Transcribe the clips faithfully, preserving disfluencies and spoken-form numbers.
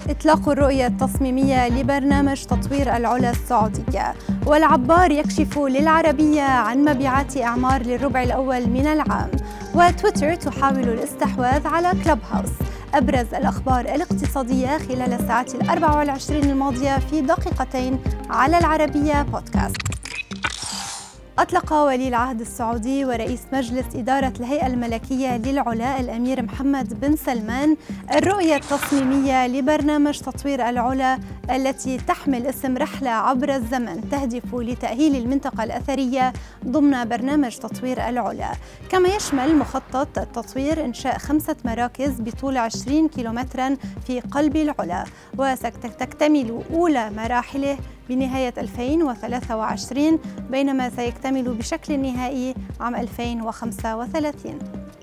إطلاق الرؤية التصميمية لبرنامج تطوير العلا السعودية، والعبار يكشف للعربية عن مبيعات إعمار للربع الأول من العام، وتويتر تحاول الاستحواذ على كلوب هاوس. أبرز الأخبار الاقتصادية خلال الساعات الأربع والعشرين الماضية في دقيقتين على العربية بودكاست. أطلق ولي العهد السعودي ورئيس مجلس إدارة الهيئة الملكية للعلا الأمير محمد بن سلمان الرؤية التصميمية لبرنامج تطوير العلا التي تحمل اسم رحلة عبر الزمن تهدف لتأهيل المنطقة الأثرية ضمن برنامج تطوير العلا، كما يشمل مخطط التطوير إنشاء خمسة مراكز بطول عشرين كيلومتراً في قلب العلا، وستكتمل أولى مراحله بنهاية ألفين وثلاثة وعشرين، بينما سيكتمل بشكل نهائي عام ألفين وخمسة وثلاثين.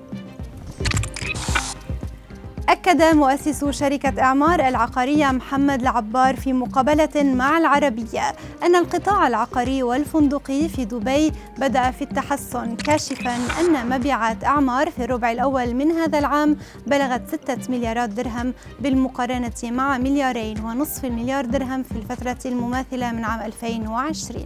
أكد مؤسس شركة إعمار العقارية محمد العبار في مقابلة مع العربية أن القطاع العقاري والفندقي في دبي بدأ في التحسن، كاشفاً أن مبيعات إعمار في الربع الأول من هذا العام بلغت ستة مليارات درهم بالمقارنة مع مليارين ونصف المليار درهم في الفترة المماثلة من عام ألفين وعشرين.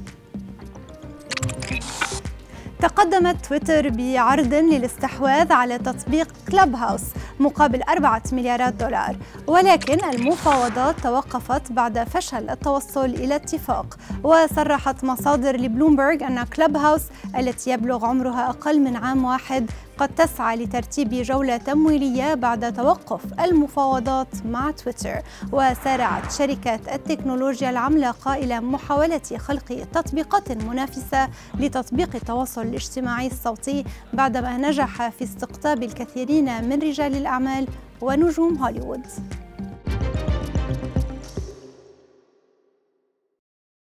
تقدمت تويتر بعرض للاستحواذ على تطبيق كلوب هاوس مقابل أربعة مليارات دولار، ولكن المفاوضات توقفت بعد فشل التوصل إلى اتفاق. وصرحت مصادر لبلومبرج أن كلوب هاوس التي يبلغ عمرها أقل من عام واحد قد تسعى لترتيب جولة تمويلية بعد توقف المفاوضات مع تويتر. وسارعت شركة التكنولوجيا العملاقة إلى محاولة خلق تطبيقات منافسة لتطبيق التواصل الاجتماعي الصوتي بعدما نجح في استقطاب الكثيرين من رجال الأعمال ونجوم هوليوود.